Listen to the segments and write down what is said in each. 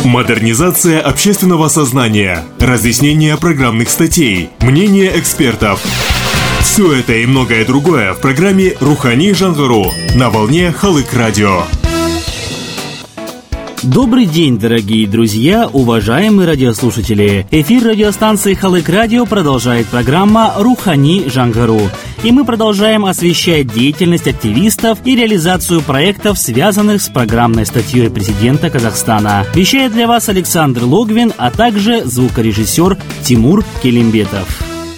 Модернизация общественного сознания, разъяснение программных статей, мнение экспертов. Все это и многое другое в программе «Рухани Жангару» на волне Халык Радио. Добрый день, дорогие друзья, уважаемые радиослушатели. Эфир радиостанции Халык Радио продолжает программа «Рухани Жангару». И мы продолжаем освещать деятельность активистов и реализацию проектов, связанных с программной статьей президента Казахстана. Вещает для вас Александр Логвин, а также звукорежиссер Тимур Келимбетов.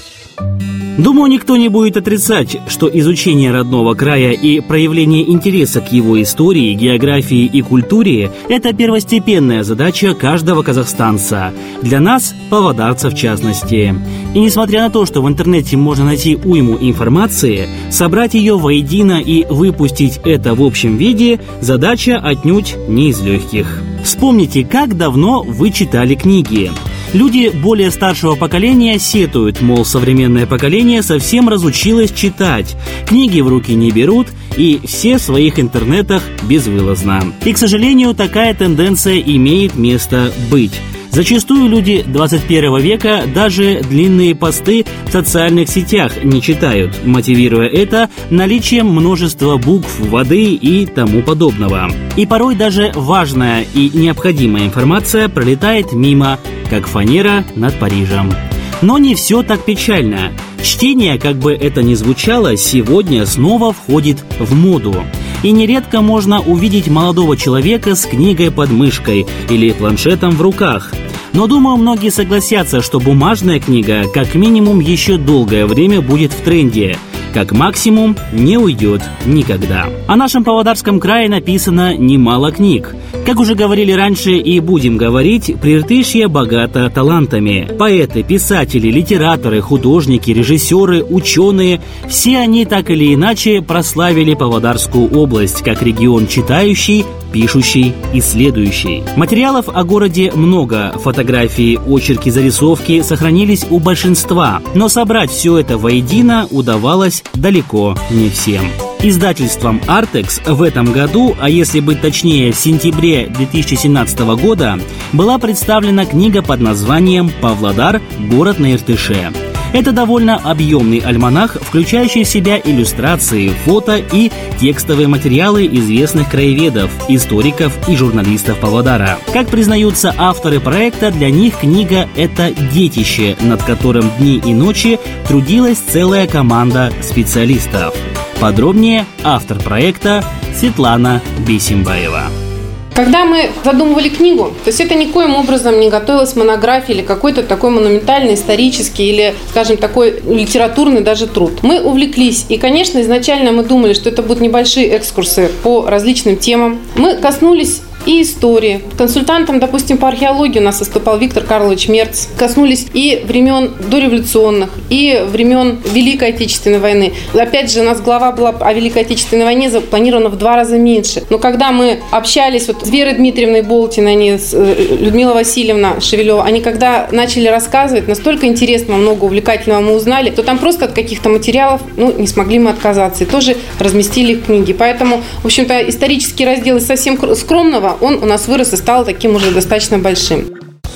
Думаю, никто не будет отрицать, что изучение родного края и проявление интереса к его истории, географии и культуре – это первостепенная задача каждого казахстанца. Для нас, павлодарцев в частности. И несмотря на то, что в интернете можно найти уйму информации, собрать ее воедино и выпустить это в общем виде – задача отнюдь не из легких. Вспомните, как давно вы читали книги. Люди более старшего поколения сетуют, мол, современное поколение совсем разучилось читать, книги в руки не берут и все в своих интернетах безвылазно. И, к сожалению, такая тенденция имеет место быть. Зачастую люди 21 века даже длинные посты в социальных сетях не читают, мотивируя это наличием множества букв, воды и тому подобного. И порой даже важная и необходимая информация пролетает мимо, как фанера над Парижем. Но не все так печально. Чтение, как бы это ни звучало, сегодня снова входит в моду. И нередко можно увидеть молодого человека с книгой под мышкой или планшетом в руках. Но, думаю, многие согласятся, что бумажная книга как минимум еще долгое время будет в тренде. Как максимум не уйдет никогда. О нашем Павлодарском крае написано немало книг. Как уже говорили раньше и будем говорить, Прииртышье богато талантами. Поэты, писатели, литераторы, художники, режиссеры, ученые – все они так или иначе прославили Павлодарскую область как регион читающий, пишущий, исследующий. Материалов о городе много, фотографии, очерки, зарисовки сохранились у большинства, но собрать все это воедино удавалось далеко не всем. Издательством «Артекс» в этом году, а если быть точнее, в сентябре 2017 года, была представлена книга под названием «Павлодар. Город на Иртыше». Это довольно объемный альманах, включающий в себя иллюстрации, фото и текстовые материалы известных краеведов, историков и журналистов Павлодара. Как признаются авторы проекта, для них книга – это детище, над которым дни и ночи трудилась целая команда специалистов. Подробнее автор проекта Светлана Бейсимбаева. Когда мы задумывали книгу, то есть это никоим образом не готовилась монография или какой-то такой монументальный, исторический или, скажем, такой литературный даже труд. Мы увлеклись, и, конечно, изначально мы думали, что это будут небольшие экскурсы по различным темам. Мы коснулись и истории. Консультантом, допустим, по археологии у нас выступал Виктор Карлович Мерц. Коснулись и времен дореволюционных, и времен Великой Отечественной войны. Опять же, у нас глава была о Великой Отечественной войне запланирована в 2 раза меньше. Но когда мы общались с Верой Дмитриевной Болтиной, с Людмилой Васильевной Шевелева, они когда начали рассказывать, настолько интересного, много увлекательного мы узнали, то там просто от каких-то материалов не смогли мы отказаться. И тоже разместили их в книге. Поэтому, в общем-то, исторический раздел из совсем скромного он у нас вырос и стал таким уже достаточно большим.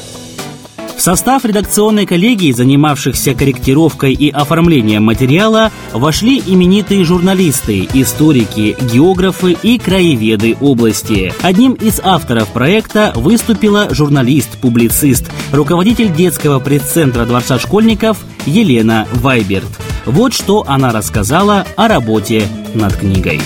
В состав редакционной коллегии, занимавшихся корректировкой и оформлением материала, вошли именитые журналисты, историки, географы и краеведы области. Одним из авторов проекта выступила журналист-публицист, руководитель детского пресс-центра Дворца школьников Елена Вайберт. Вот что она рассказала о работе над книгой.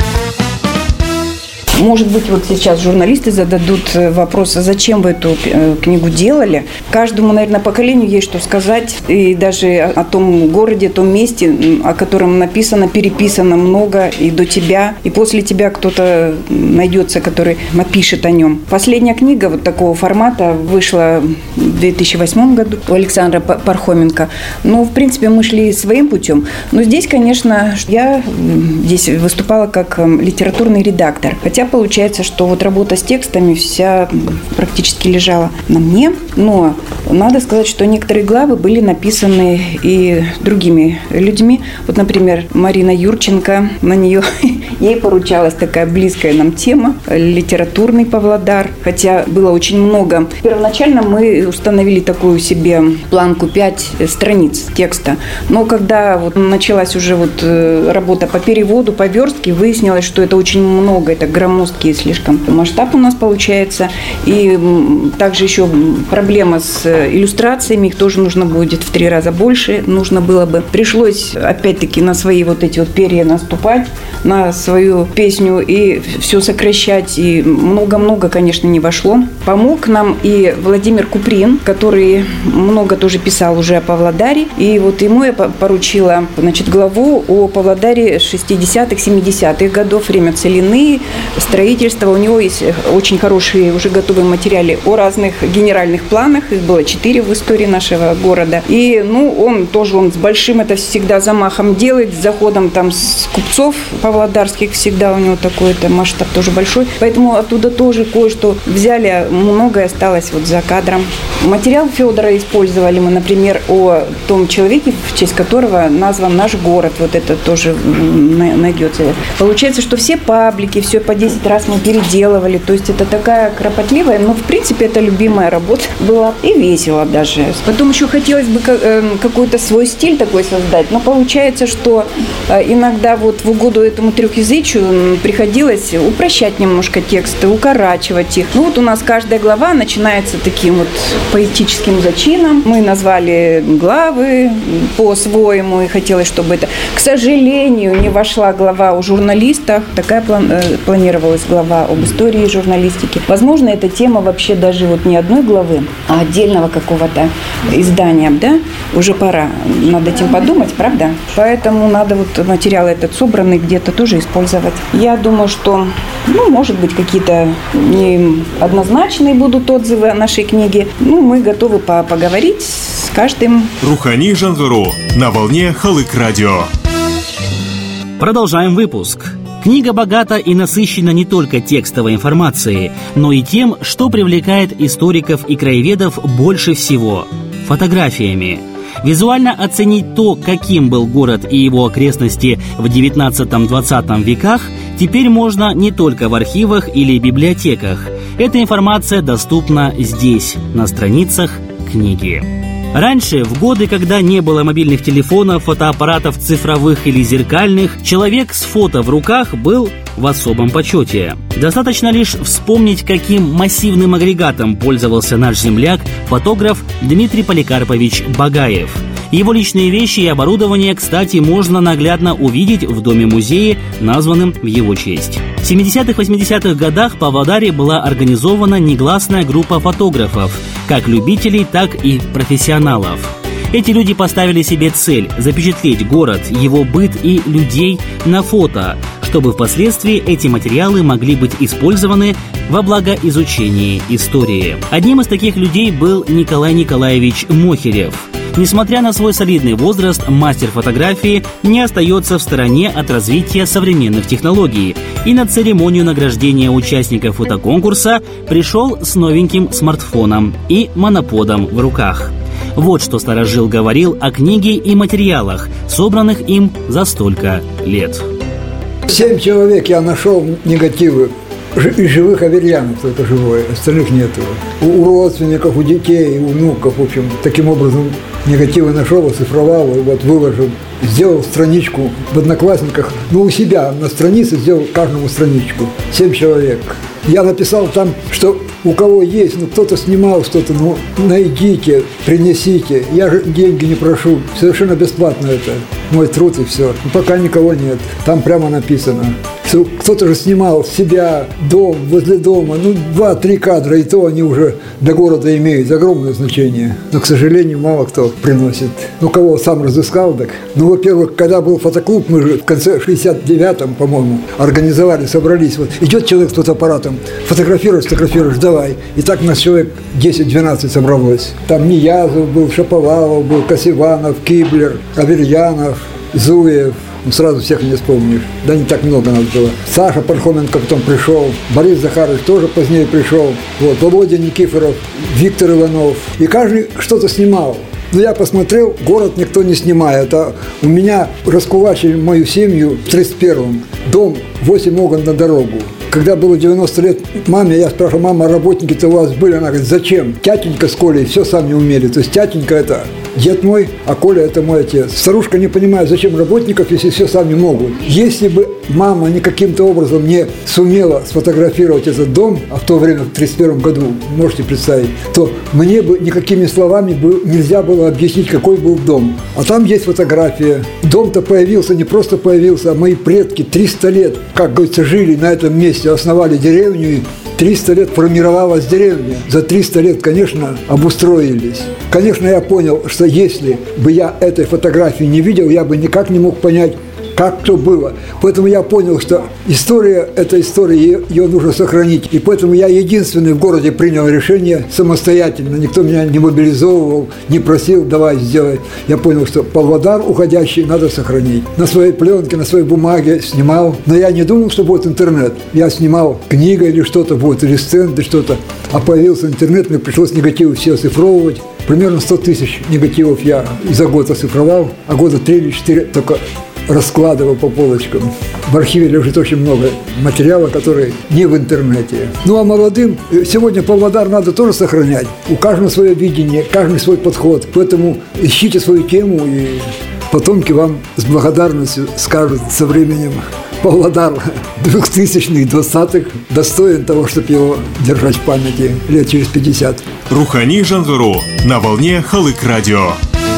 Может быть, вот сейчас журналисты зададут вопрос, а зачем вы эту книгу делали? Каждому, наверное, поколению есть что сказать. И даже о том городе, о том месте, о котором написано, переписано много и до тебя. И после тебя кто-то найдется, который напишет о нем. Последняя книга вот такого формата вышла в 2008 году у Александра Пархоменко. Ну, в принципе, мы шли своим путем. Но здесь, конечно, я здесь выступала как литературный редактор. Хотя получается, что вот работа с текстами вся практически лежала на мне. Но надо сказать, что некоторые главы были написаны и другими людьми. Вот, например, Марина Юрченко, на нее ей поручалась такая близкая нам тема – литературный Павлодар. Хотя было очень много. Первоначально мы установили такую себе планку 5 страниц текста. Но когда вот началась уже вот работа по переводу, по верстке, выяснилось, что это очень много, это громоздкий слишком масштаб у нас получается. И также еще проблема с иллюстрациями, их тоже нужно будет в 3 раза больше, нужно было бы. Пришлось опять-таки на свои вот эти вот перья наступать, на свою песню и все сокращать. И много-много, конечно, не вошло. Помог нам и Владимир Куприн, который много тоже писал уже о Павлодаре. И вот ему я поручила, значит, главу о Павлодаре 60-х, 70-х годов, время целины, строительства. У него есть очень хорошие уже готовые материалы о разных генеральных планах. Их было 4 в истории нашего города. И, он с большим это всегда замахом делает, с заходом там с купцов павлодарских всегда у него такой-то масштаб тоже большой. Поэтому оттуда тоже кое-что взяли, многое осталось вот за кадром. Материал Федора использовали мы, например, о том человеке, в честь которого назван наш город. Вот это тоже найдется. Получается, что все паблики, все по 10 раз мы переделывали. То есть это такая кропотливая, но в принципе это любимая работа была и весело даже. Потом еще хотелось бы какой-то свой стиль такой создать, но получается, что иногда вот в угоду этому трехязычию приходилось упрощать немножко тексты, укорачивать их. Вот у нас каждая глава начинается таким вот поэтическим зачином. Мы назвали главы по-своему, и хотелось, чтобы это... К сожалению, не вошла глава о журналистах. Такая планировалась глава об истории журналистики. Возможно, эта тема вообще даже вот не одной главы, а отдельного какого-то издания, да? Уже пора над этим подумать, правда? Поэтому надо вот материал этот собранный где-то тоже использовать. Я думаю, что, может быть, какие-то неоднозначные будут отзывы о нашей книге. Мы готовы поговорить с каждым. Рухани Жангару на волне Халык Радио. Продолжаем выпуск. Книга богата и насыщена не только текстовой информацией, но и тем, что привлекает историков и краеведов больше всего – фотографиями. Визуально оценить то, каким был город и его окрестности в XIX-XX веках, теперь можно не только в архивах или библиотеках. Эта информация доступна здесь, на страницах книги. Раньше, в годы, когда не было мобильных телефонов, фотоаппаратов цифровых или зеркальных, человек с фото в руках был в особом почете. Достаточно лишь вспомнить, каким массивным агрегатом пользовался наш земляк, фотограф Дмитрий Поликарпович Багаев. Его личные вещи и оборудование, кстати, можно наглядно увидеть в доме-музее, названном в его честь. В 70-80-х годах в Павлодаре была организована негласная группа фотографов, как любителей, так и профессионалов. Эти люди поставили себе цель запечатлеть город, его быт и людей на фото, чтобы впоследствии эти материалы могли быть использованы во благо изучения истории. Одним из таких людей был Николай Николаевич Мохерев. Несмотря на свой солидный возраст, мастер фотографии не остается в стороне от развития современных технологий и на церемонию награждения участников фотоконкурса пришел с новеньким смартфоном и моноподом в руках. Вот что старожил говорил о книге и материалах, собранных им за столько лет. 7 человек я нашел негативы. Из живых аверьянов только живое, остальных нету. У родственников, у детей, у внуков, в общем, таким образом негативы нашел, оцифровал, вот выложил. Сделал страничку в Одноклассниках, у себя на странице сделал каждому страничку. 7 человек. Я написал там, что у кого есть, кто-то снимал что-то, найдите, принесите. Я же деньги не прошу, совершенно бесплатно это. Мой труд и все. Пока никого нет. Там прямо написано. Кто-то же снимал себя, дом, возле дома. 2-3 кадра, и то они уже для города имеют огромное значение. Но, к сожалению, мало кто приносит. Кого сам разыскал, так. Во-первых, когда был фотоклуб, мы же в конце 69-м, по-моему, организовали, собрались. Вот идет человек с фотоаппаратом, фотографируешь, давай. И так у нас человек 10-12 собралось. Там Ниязов был, Шаповалов был, Касиванов, Киблер, Аверьянов, Зуев. сразу всех не вспомнишь. Да не так много нас было. Саша Пархоменко потом пришел, Борис Захарович тоже позднее пришел, вот, Володя Никифоров, Виктор Иванов. И каждый что-то снимал. Но я посмотрел, город никто не снимает. А у меня раскулачили мою семью в 31-м. Дом 8 окон на дорогу. Когда было 90 лет маме, я спрашивал: мама, а работники-то у вас были? Она говорит: зачем? Тятенька с Колей все сами умели. То есть тятенька – это дед мой, а Коля – это мой отец. Старушка не понимает, зачем работников, если все сами могут. Если бы мама ни каким-то образом не сумела сфотографировать этот дом, а в то время, в 31 году, можете представить, то мне бы никакими словами нельзя было объяснить, какой был дом. А там есть фотография. Дом-то появился, не просто появился, а мои предки 300 лет, как говорится, жили на этом месте, основали деревню, и 300 лет формировалась деревня. За 300 лет, конечно, обустроились. Конечно, я понял, что если бы я этой фотографии не видел, я бы никак не мог понять, как то было. Поэтому я понял, что история – это история, ее нужно сохранить. И поэтому я единственный в городе принял решение самостоятельно. Никто меня не мобилизовывал, не просил: давай, сделай. Я понял, что Павлодар уходящий надо сохранить. На своей пленке, на своей бумаге снимал. Но я не думал, что будет интернет. Я снимал книга или что-то будет, или стенд, или что-то. А появился интернет, мне пришлось негативы все оцифровывать. Примерно 100 тысяч негативов я за год оцифровал, а года 3 или 4 только раскладывал по полочкам. В архиве лежит очень много материала, который не в интернете. Ну а молодым сегодня Павлодар надо тоже сохранять. У каждого свое видение, каждый свой подход. Поэтому ищите свою тему, и потомки вам с благодарностью скажут со временем: Павлодар 2000-х, 20-х достоин того, чтобы его держать в памяти лет через 50. Рухани Жаңғыру на волне Халык радио.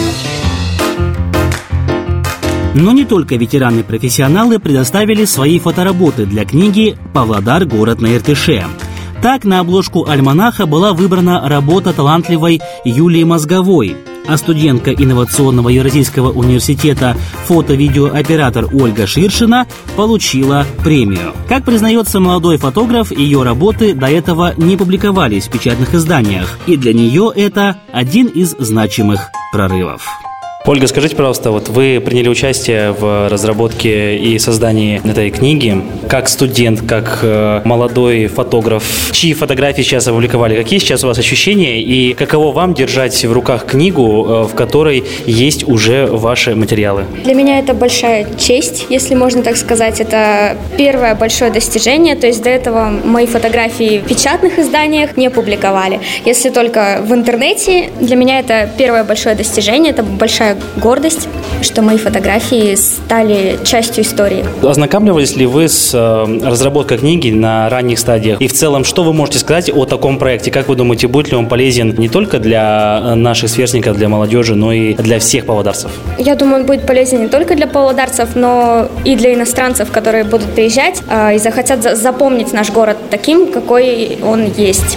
Но не только ветераны-профессионалы предоставили свои фотоработы для книги «Павлодар. Город на Иртыше». Так, на обложку альманаха была выбрана работа талантливой Юлии Мозговой, а студентка инновационного Евразийского университета фото-видеооператор Ольга Ширшина получила премию. Как признается молодой фотограф, ее работы до этого не публиковались в печатных изданиях, и для нее это один из значимых прорывов. Ольга, скажите, пожалуйста, вот вы приняли участие в разработке и создании этой книги. Как студент, как молодой фотограф, чьи фотографии сейчас опубликовали? Какие сейчас у вас ощущения и каково вам держать в руках книгу, в которой есть уже ваши материалы? Для меня это большая честь, если можно так сказать. Это первое большое достижение. То есть до этого мои фотографии в печатных изданиях не публиковали. Если только в интернете, для меня это первое большое достижение, это большая гордость, что мои фотографии стали частью истории. Ознакомливались ли вы с разработкой книги на ранних стадиях? И в целом, что вы можете сказать о таком проекте? Как вы думаете, будет ли он полезен не только для наших сверстников, для молодежи, но и для всех павлодарцев? Я думаю, он будет полезен не только для павлодарцев, но и для иностранцев, которые будут приезжать и захотят запомнить наш город таким, какой он есть.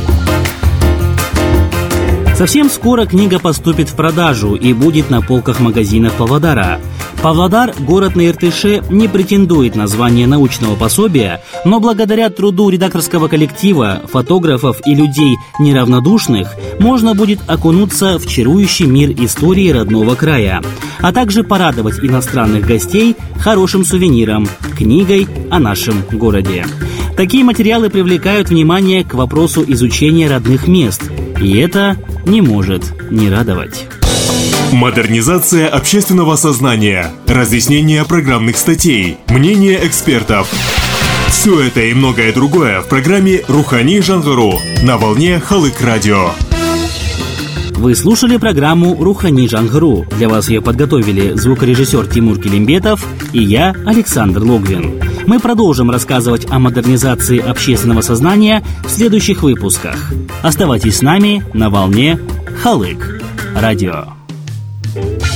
Совсем скоро книга поступит в продажу и будет на полках магазинов Павлодара. Павлодар, город на Иртыше, не претендует на звание научного пособия, но благодаря труду редакторского коллектива, фотографов и людей неравнодушных можно будет окунуться в чарующий мир истории родного края, а также порадовать иностранных гостей хорошим сувениром – книгой о нашем городе. Такие материалы привлекают внимание к вопросу изучения родных мест, и это не может не радовать. Модернизация общественного сознания, разъяснение программных статей, мнение экспертов. Все это и многое другое в программе «Рухани Жаңғыру» на волне Халык радио. Вы слушали программу «Рухани Жаңғыру». Для вас ее подготовили звукорежиссер Тимур Келимбетов и я, Александр Логвин. Мы продолжим рассказывать о модернизации общественного сознания в следующих выпусках. Оставайтесь с нами на волне Халык радио.